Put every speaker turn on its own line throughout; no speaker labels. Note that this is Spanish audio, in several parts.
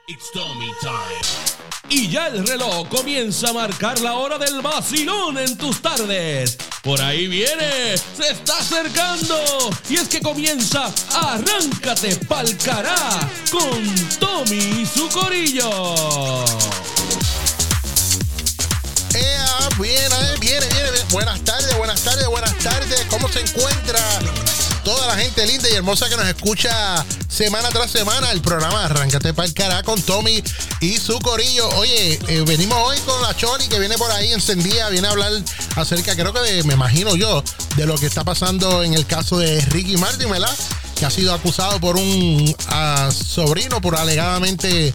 It's Tommy time. Y ya el reloj comienza a marcar la hora del vacilón en tus tardes. Por ahí viene, se está acercando. Y es que comienza Arráncate Pa'l Cará con Tommy y su corillo.
Viene. Buenas tardes. ¿Cómo se encuentra toda la gente linda y hermosa que nos escucha semana tras semana? El programa Arráncate Pa'l Cará con Tommy y su corillo. Oye, venimos hoy con la Choli que viene por ahí encendida. Viene a hablar acerca, me imagino yo, de lo que está pasando en el caso de Ricky Martin, ¿verdad? Que ha sido acusado por un sobrino por alegadamente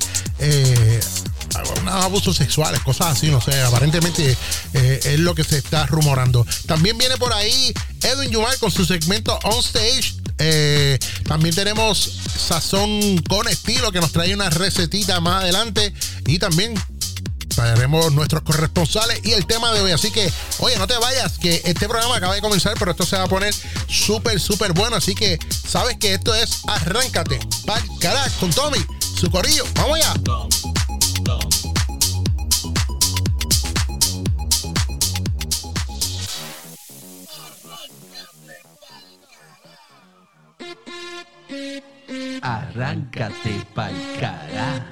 unos abusos sexuales, cosas así, no sé, aparentemente es lo que se está rumorando. También viene por ahí Edwin Yumar con su segmento On Stage. También tenemos Sazón con Estilo, que nos trae una recetita más adelante, y también traeremos nuestros corresponsales y el tema de hoy. Así que, oye, no te vayas, que este programa acaba de comenzar, pero esto se va a poner súper bueno. Así que sabes que esto es Arráncate Pa'l Cará con Tommy, su corillo. ¡Vamos allá!
Arráncate Pa'l Cará.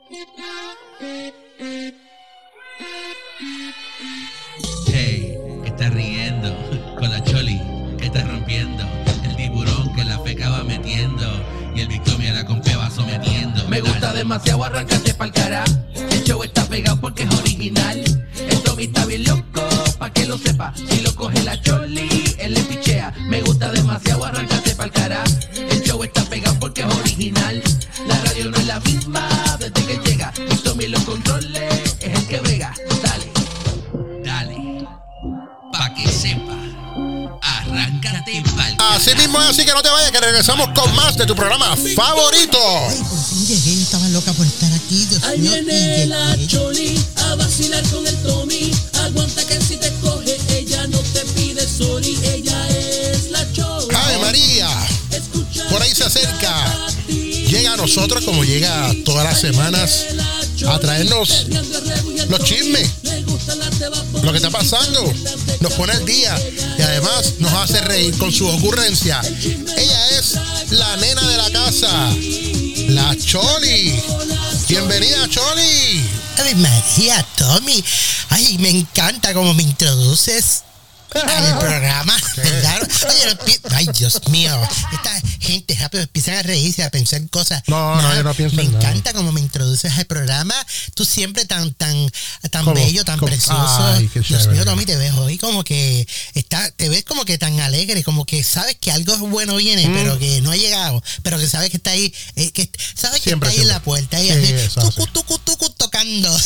Hey, que está riendo con la Choli, que está rompiendo el tiburón que la feca va metiendo y el Victoria la compe va sometiendo. Me gusta demasiado Arráncate Pa'l Cará. El show está pegado porque es original. El Tommy está bien loco, pa' que lo sepa. Si lo coge la Choli, él le pichea. Me gusta demasiado Arráncate Pa'l Cará. El show está pegado porque es original. La radio no es la misma desde que llega. Y Tommy los controles, es el que brega. Dale, pa' que sepa. Arráncate Pa'l Cará.
Así mismo es, así que no te vayas, que regresamos con más de tu programa favorito.
Ay, por fin llegué, yo estaba loca por estar aquí. Dios
ahí
mío,
viene la Choli a vacilar con el Tommy. Aguanta que si te coge, ella no te pide sorry. Ella es la Choli.
¡Ay, María! Por ahí se acerca. Llega a nosotros, como llega todas las semanas, a traernos los chismes, lo que está pasando. Nos pone al día y además nos hace reír con su ocurrencia. Ella es la nena de la casa, la Choli. Bienvenida, Choli.
Ay, María, Tommy. Ay, me encanta cómo me introduces al programa, ¿verdad? Oye, ay, Dios mío, esta gente rápido empiezan a reírse, a pensar cosas.
No, yo no pienso en nada.
Me encanta cómo me introduces al programa. Tú siempre tan bello, tan precioso.
Ay, qué
Dios
chévere.
mío, Tommy, te ves hoy como que te ves como que tan alegre, como que sabes que algo bueno viene, pero que no ha llegado, pero que sabes que está ahí, que sabes que
Siempre,
está ahí en
siempre.
la puerta, ahí,
Sí,
así,
eso
tucu, tocando.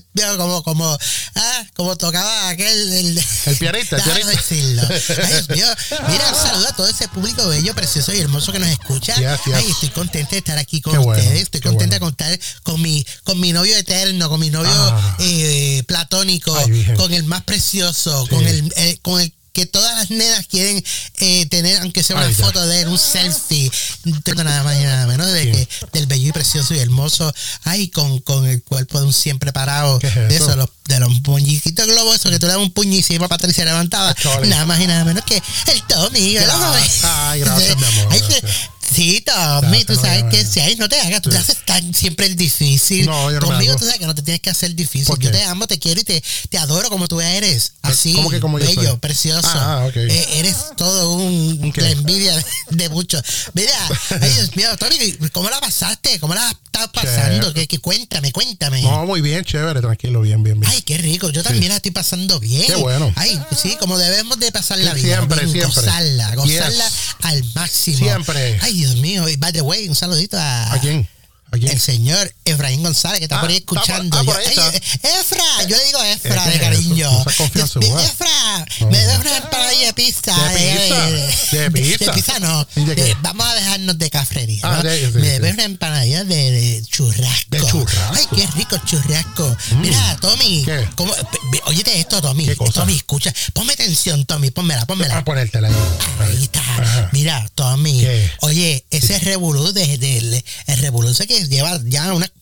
como tocaba aquel
El pianista.
Déjame decirlo. Ay, Dios mío. Mira, un saludo a todo ese público bello, precioso y hermoso que nos escucha.
Yes.
Ay, estoy contenta de estar aquí con
Qué bueno,
ustedes. Estoy
qué
contenta
bueno.
de contar con mi novio eterno, con mi novio platónico,
Ay, Virgen.
con el más precioso,
Sí.
con el que todas las nenas quieren tener, aunque sea una
Ay, ya.
foto de él, un selfie, nada más y nada menos del bello y precioso y hermoso, ay, con el cuerpo de un siempre parado,
¿Qué es
de
eso?
eso, de los puñiquitos globos, eso que tú le das un puño y se iba para atrás y se levantaba,
Chole.
nada más y nada menos que el Tommy.
Ay, gracias, mi amor,
Ay,
gracias.
sí, Tommy,
Gracias,
tú sabes
no,
que
no.
si ay, no te hagas, tú te haces tan siempre el difícil.
No, yo no me
Conmigo
hago.
tú sabes que no te tienes que hacer difícil.
¿Por
Yo
qué?
te amo, te quiero y te adoro como tú eres. Así,
¿Cómo que como yo
bello,
soy?
precioso.
Ok.
Eres todo
Ok.
la envidia de muchos. Mira, ay, Dios mío, Tommy, ¿cómo la pasaste? ¿Cómo la estás pasando?
Chévere.
Que cuéntame.
No, muy bien, chévere, tranquilo, bien.
Ay, qué rico. Yo también la estoy pasando bien.
Qué bueno.
Ay, sí, como debemos de pasar la vida.
Siempre,
bien,
siempre.
Gozarla
Yes.
al máximo.
Siempre.
Ay, Dios mío. Y by the way, un saludito
¿A quién?
el señor Efraín González, que está por ahí escuchando.
por ahí está.
Efra, yo le digo Efra
¿Qué
de
es
cariño.
eso? Esa confianza, guau.
Efra,
No.
me da una empanadilla de pizza.
¿De pizza?
De pizza no.
¿Y de qué?
Vamos a dejarnos de cafrería.
Ah,
¿no?
sí,
Me
sí.
debes una empanadilla de churrasco.
¿De churrasco?
Ay, qué rico churrasco. Mira, Tommy.
¿Qué?
Óyete esto, Tommy.
¿Qué cosa?
Tommy, escucha. Ponme atención, Tommy. Pónmela.
Vamos a ponértela ahí.
Ahí está.
Ajá.
Mira, Tommy.
¿Qué?
Oye, ese revolú el revolú ese que lleva ya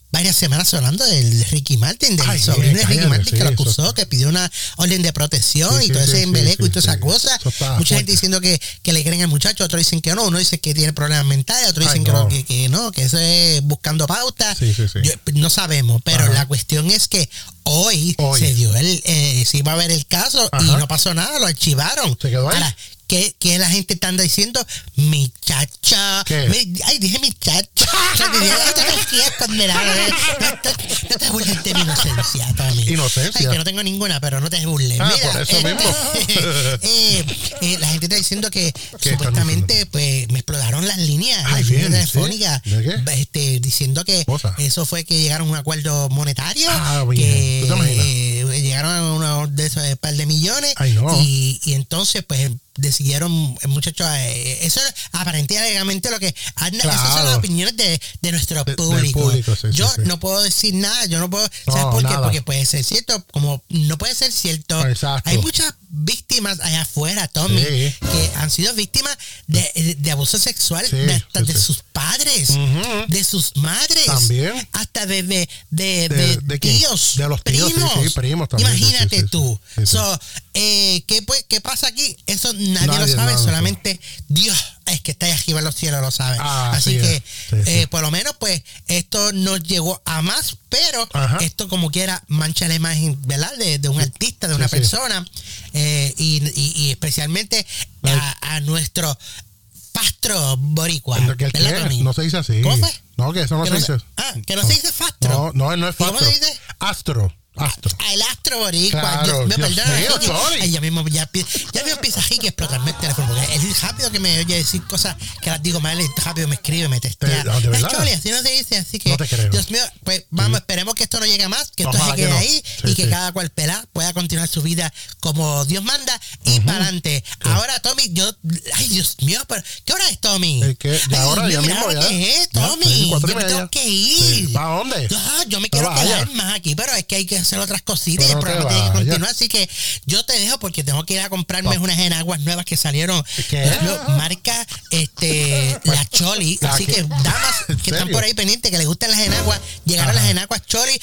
varias semanas hablando del Ricky Martin, del sobrino de Ricky Martin, que lo acusó, que pidió una orden de protección y todo ese embeleco y toda esa cosa. Mucha gente diciendo que le creen al muchacho, otros dicen que no, uno dice que tiene problemas mentales, otros dicen que no, que eso es buscando pautas. No sabemos, pero la cuestión es que hoy se dio se iba a ver el caso y no pasó nada, lo archivaron.
Se quedó ahí.
Ahora, ¿Qué la gente está diciendo? Mi chacha. Dije mi chacha. No te burles de mi inocencia, Tommy.
Inocencia.
Que no tengo ninguna, pero no te burles. Mira,
por eso mismo.
La gente está diciendo que supuestamente pues me explotaron las líneas telefónicas. Diciendo que eso fue que llegaron a un acuerdo monetario. Que
¿tú te imaginas?
Llegaron a uno de esos par de millones. Y entonces pues decidieron, muchachos, eso es aparentemente lo que esas son las opiniones de nuestro público. Yo no puedo decir nada, yo no puedo, ¿sabes por qué? Porque puede ser cierto, como no puede ser cierto.
Exacto.
Hay muchas víctimas allá afuera, Tommy, que han sido víctimas de abuso sexual de sus padres, de sus madres,
también,
hasta de tíos,
de los tíos, primos también.
Imagínate tú. ¿Qué pasa aquí? Eso nadie lo sabe, solamente Dios es que está ahí arriba en los cielos lo sabe. Así que por lo menos pues esto no llegó a más, pero esto como quiera mancha la imagen, ¿verdad? De un artista, de una persona, y especialmente a nuestro pastro boricua.
No se dice así.
¿Cómo fue?
No, que eso no se dice.
Que no se dice fastro.
No es fastro.
¿Cómo se dice?
Astro.
El astro boricua.
Claro,
Me perdona.
ya
mismo empieza aquí que explotarme el teléfono, porque es rápido que me oye decir cosas que las digo mal, rápido me escribe, me testea.
¿De verdad?
Choli, así no se dice, así que
no te creo.
Dios mío, pues vamos, esperemos que esto no llegue más, que esto se quede ahí y que cada cual pueda continuar su vida como Dios manda y para adelante. Ahora, Tommy, Dios mío, pero ¿qué hora es, Tommy?
Ahora ya mismo ya.
¿Qué es, Tommy? Yo me tengo que ir.
¿Para dónde?
Yo me quiero quedar más aquí, pero es que hay que hacer otras cositas y el programa tiene que continuar, así que yo te dejo porque tengo que ir a comprarme unas enaguas nuevas que salieron, marca la Choli, así que damas que están por ahí pendientes, que les gustan las enaguas, llegaron las enaguas Choli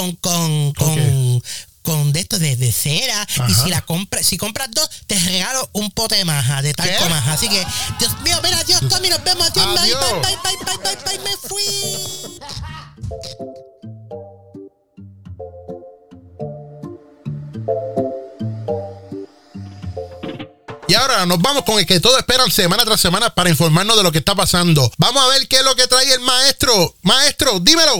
con de estos de cera. Y si compras 2 te regalo un pote de maja, de talco maja. Así que Dios mío, mira, Dios, Tommy, nos vemos. Bye, me fui.
Y ahora nos vamos con el que todos esperan semana tras semana para informarnos de lo que está pasando. Vamos a ver qué es lo que trae el maestro. Maestro, dímelo.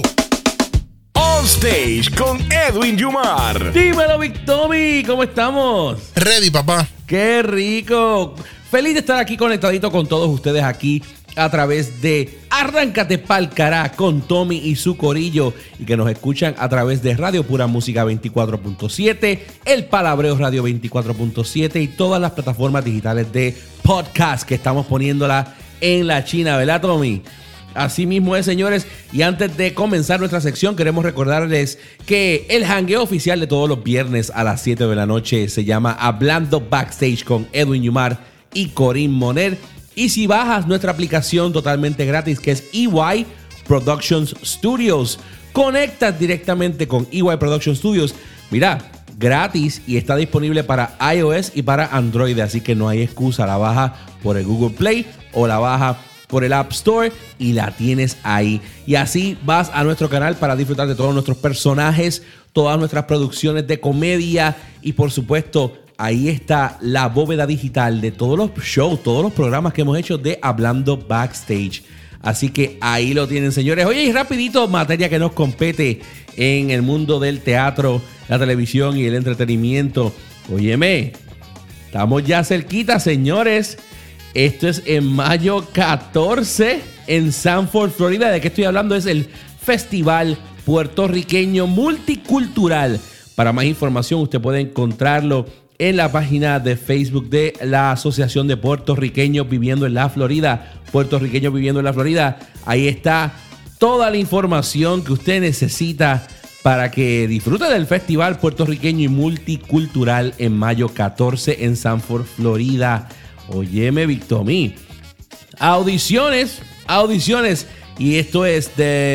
On Stage con Edwin Yumar. Dímelo, Big Tommy, ¿cómo estamos?
Ready, papá.
¡Qué rico! Feliz de estar aquí conectadito con todos ustedes aquí a través de Arráncate Pa'l Cará con Tommy y su corillo, y que nos escuchan a través de Radio Pura Música 24.7, El Palabreo Radio 24.7 y todas las plataformas digitales de podcast que estamos poniéndola en la China, ¿verdad, Tommy? Así mismo es, señores, y antes de comenzar nuestra sección queremos recordarles que el jangueo oficial de todos los viernes a las 7 de la noche se llama Hablando Backstage con Edwin Yumar y Corín Moner. Y si bajas nuestra aplicación totalmente gratis, que es EY Productions Studios, conectas directamente con EY Productions Studios. Mira, gratis, y está disponible para iOS y para Android, así que no hay excusa. La baja por el Google Play o la baja por el App Store y la tienes ahí. Y así vas a nuestro canal para disfrutar de todos nuestros personajes, todas nuestras producciones de comedia y, por supuesto, ahí está la bóveda digital de todos los shows, todos los programas que hemos hecho de Hablando Backstage. Así que ahí lo tienen, señores. Oye, y rapidito, materia que nos compete en el mundo del teatro, la televisión y el entretenimiento. Óyeme, estamos ya cerquita, señores. Esto es en mayo 14 en Sanford, Florida. ¿De qué estoy hablando? Es el Festival Puertorriqueño Multicultural. Para más información, usted puede encontrarlo en la página de Facebook de la Asociación de Puertorriqueños Viviendo en la Florida. Puertorriqueños Viviendo en la Florida. Ahí está toda la información que usted necesita para que disfrute del Festival Puertorriqueño y Multicultural en mayo 14 en Sanford, Florida. Óyeme, Victomí. Audiciones. Y esto es de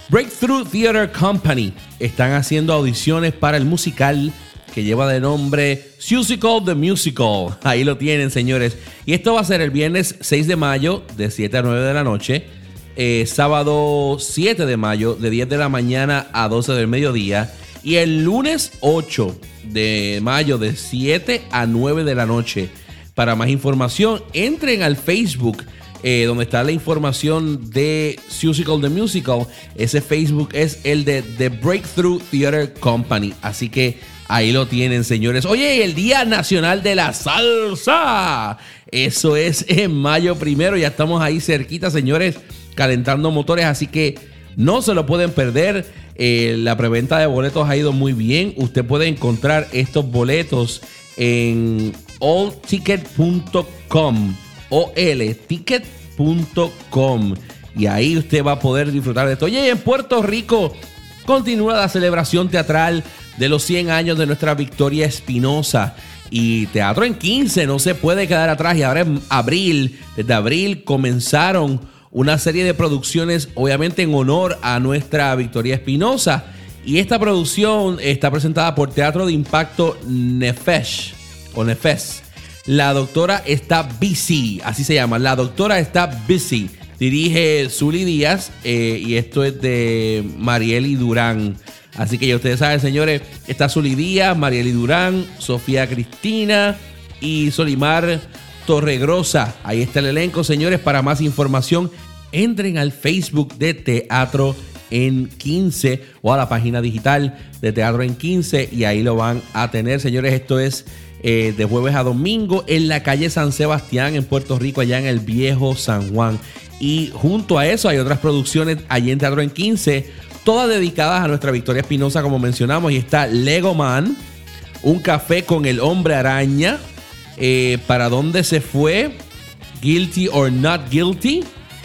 Breakthrough Theater Company están haciendo audiciones para el musical que lleva de nombre Musical the Musical. Ahí lo tienen, señores. Y esto va a ser el viernes 6 de mayo de 7 a 9 de la noche. Sábado 7 de mayo de 10 de la mañana a 12 del mediodía. Y el lunes 8 de mayo de 7 a 9 de la noche. Para más información, entren al Facebook donde está la información de Musical the Musical. Ese Facebook es el de The Breakthrough Theater Company. Así que ahí lo tienen, señores. Oye, el Día Nacional de la Salsa. Eso es en mayo 1. Ya estamos ahí cerquita, señores, calentando motores. Así que no se lo pueden perder. La preventa de boletos ha ido muy bien. Usted puede encontrar estos boletos en allticket.com. olticket.com, y ahí usted va a poder disfrutar de esto. Oye, en Puerto Rico continúa la celebración teatral de los 100 años de nuestra Victoria Espinosa, y Teatro en 15 no se puede quedar atrás. Y ahora en abril, desde abril comenzaron una serie de producciones, obviamente en honor a nuestra Victoria Espinosa, y esta producción está presentada por Teatro de Impacto Nefesh o Nefes. La doctora está busy, así se llama. La doctora está busy. Dirige Zuli Díaz y esto es de Marieli Durán. Así que ya ustedes saben, señores, está Zuli Díaz, Marieli Durán, Sofía Cristina y Solimar Torregrosa. Ahí está el elenco, señores. Para más información, entren al Facebook de Teatro en 15 o a la página digital de Teatro en 15 y ahí lo van a tener, señores. Esto es de jueves a domingo en la calle San Sebastián en Puerto Rico, allá en el viejo San Juan. Y junto a eso hay otras producciones allí en Teatro en 15, todas dedicadas a nuestra Victoria Espinosa, como mencionamos. Y está Lego Man, Un Café con el Hombre Araña, ¿Para dónde se fue?, Guilty or Not Guilty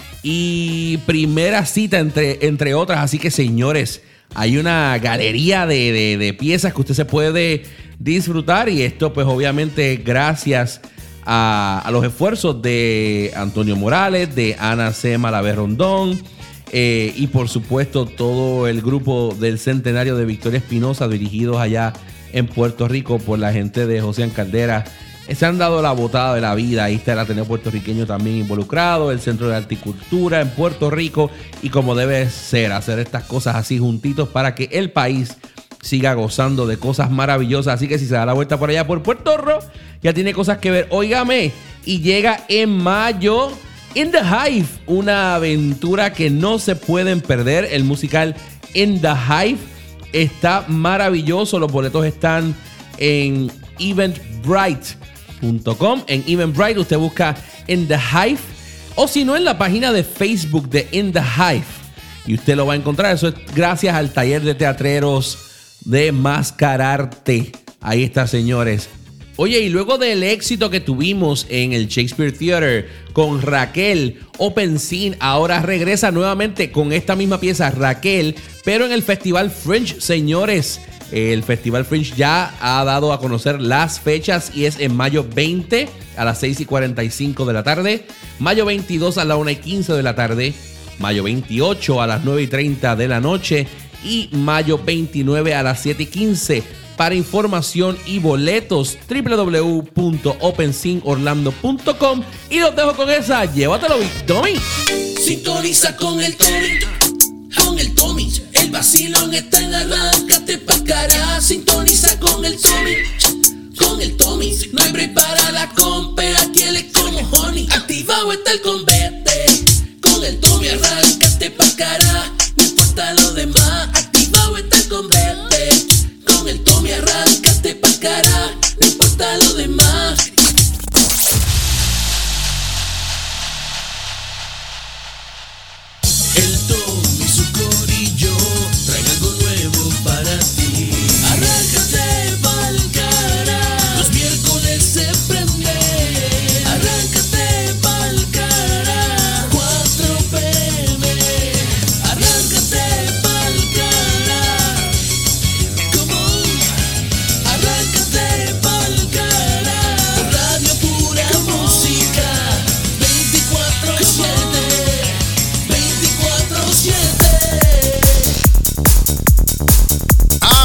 y Primera Cita, entre otras. Así que, señores, hay una galería de piezas que usted se puede disfrutar, y esto pues obviamente gracias a los esfuerzos de Antonio Morales, de Ana C. Malavé Rondón y por supuesto todo el grupo del Centenario de Victoria Espinosa, dirigidos allá en Puerto Rico por la gente de José Caldera. Se han dado la botada de la vida. Ahí está el Ateneo Puertorriqueño también involucrado, el Centro de Arte y Cultura en Puerto Rico, y como debe ser, hacer estas cosas así juntitos para que el país siga gozando de cosas maravillosas. Así que si se da la vuelta por allá por Puerto Rico, ya tiene cosas que ver. Óigame, y llega en mayo In the Hive, una aventura que no se pueden perder. El musical In the Hive está maravilloso. Los boletos están en eventbrite.com. En Eventbrite usted busca In the Hive, o si no, en la página de Facebook de In the Hive, y usted lo va a encontrar. Eso es gracias al taller de teatreros de Mascararte. Ahí está, señores. Oye, y luego del éxito que tuvimos en el Shakespeare Theater con Raquel, Open Scene ahora regresa nuevamente con esta misma pieza, Raquel, pero en el Festival Fringe, señores. El Festival Fringe ya ha dado a conocer las fechas y es en mayo 20 a las 6:45 de la tarde, mayo 22 a las 1:15 de la tarde, mayo 28 a las 9:30 de la noche y mayo 29 a las 7:15. Para información y boletos, www.opensceneorlando.com. Y los dejo con esa. Llévatelo, Big Tommy.
Sintoniza con el Tommy, con el Tommy. El vacilón está en arráncate pa' cara. Sintoniza con el Tommy, con el Tommy. No hay break para la compa, aquí él es como honey. Activado está el convete, con el Tommy arráncate pa' cara. No importa lo demás, activado está el convete. Con el Tommy arráncate pa' cara, no importa lo demás. El Tommy, su corillo, trae algo nuevo para ti. Arráncate pa'l cara, los miércoles se prende. Arráncate pa'l cara, 4 p.m.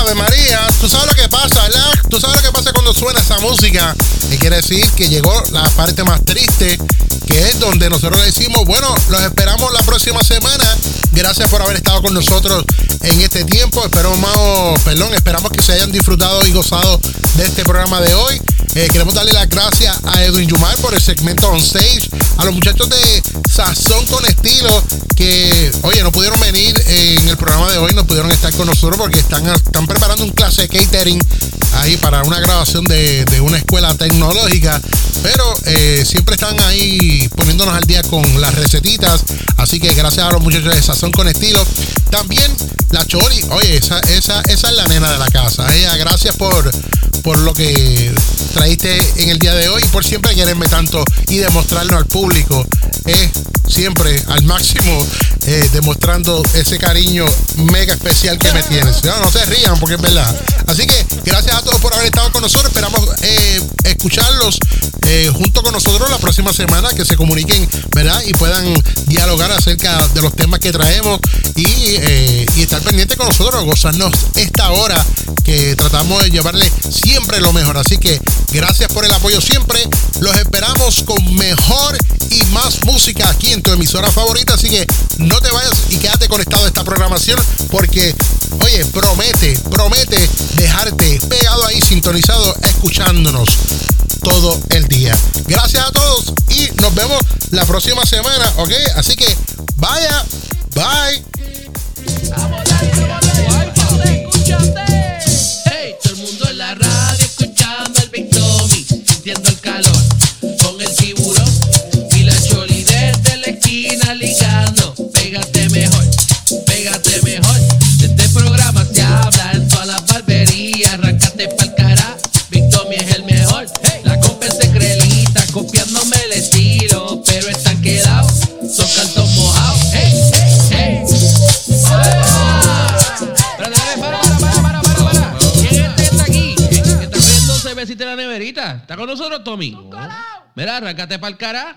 Ave María, tú sabes lo que pasa, ¿verdad? Tú sabes lo que pasa cuando suena esa música. Y quiere decir que llegó la parte más triste, que es donde nosotros le decimos, bueno, los esperamos la próxima semana. Gracias por haber estado con nosotros en este tiempo. Esperamos que se hayan disfrutado y gozado de este programa de hoy. Queremos darle las gracias a Edwin Yumar por el segmento On Stage, a los muchachos de Sazón con Estilo, que, oye, no pudieron venir en el programa de hoy, no pudieron estar con nosotros porque están preparando un clase de catering ahí para una grabación de una escuela tecnológica, pero siempre están ahí poniéndonos al día con las recetitas, así que gracias a los muchachos de Sazón con Estilo. También la Choli, oye, esa es la nena de la casa. Ella, gracias por lo que traíste en el día de hoy y por siempre quererme tanto y demostrarlo al público. Siempre al máximo, demostrando ese cariño mega especial que me tienes. No se rían porque es verdad. Así que gracias a todos por haber estado con nosotros. Esperamos escucharlos junto con nosotros la próxima semana, que se comuniquen, ¿verdad? Y puedan dialogar acerca de los temas que traemos y estar pendientes con nosotros, gozarnos esta hora que tratamos de llevarle siempre lo mejor. Así que gracias por el apoyo siempre. Los esperamos con mejor y más música aquí en tu emisora favorita. Así que no te vayas y quédate conectado a esta programación porque, oye, promete dejarte pegado ahí, sintonizado, escuchándonos todo el día. Gracias a todos y nos vemos la próxima semana, ¿ok? Así que vaya, bye.
Hey, todo el mundo en la radio escuchando el Big Tommy, sintiendo el calor con el tiburón y la Choli desde la esquina ligando. Pégate mejor. De este programa se habla en todas las barberías. Arráncate pa'l cara, Big Tommy es el mejor. La compa es secrelita, copiándome el estilo, pero están quedados, son cartón mojados. Hey. ¿Quién está aquí? ¿Quién está pidiendo cervecita en la neverita? ¿Está con nosotros, Tommy? Mira, arráncate pa'l cara.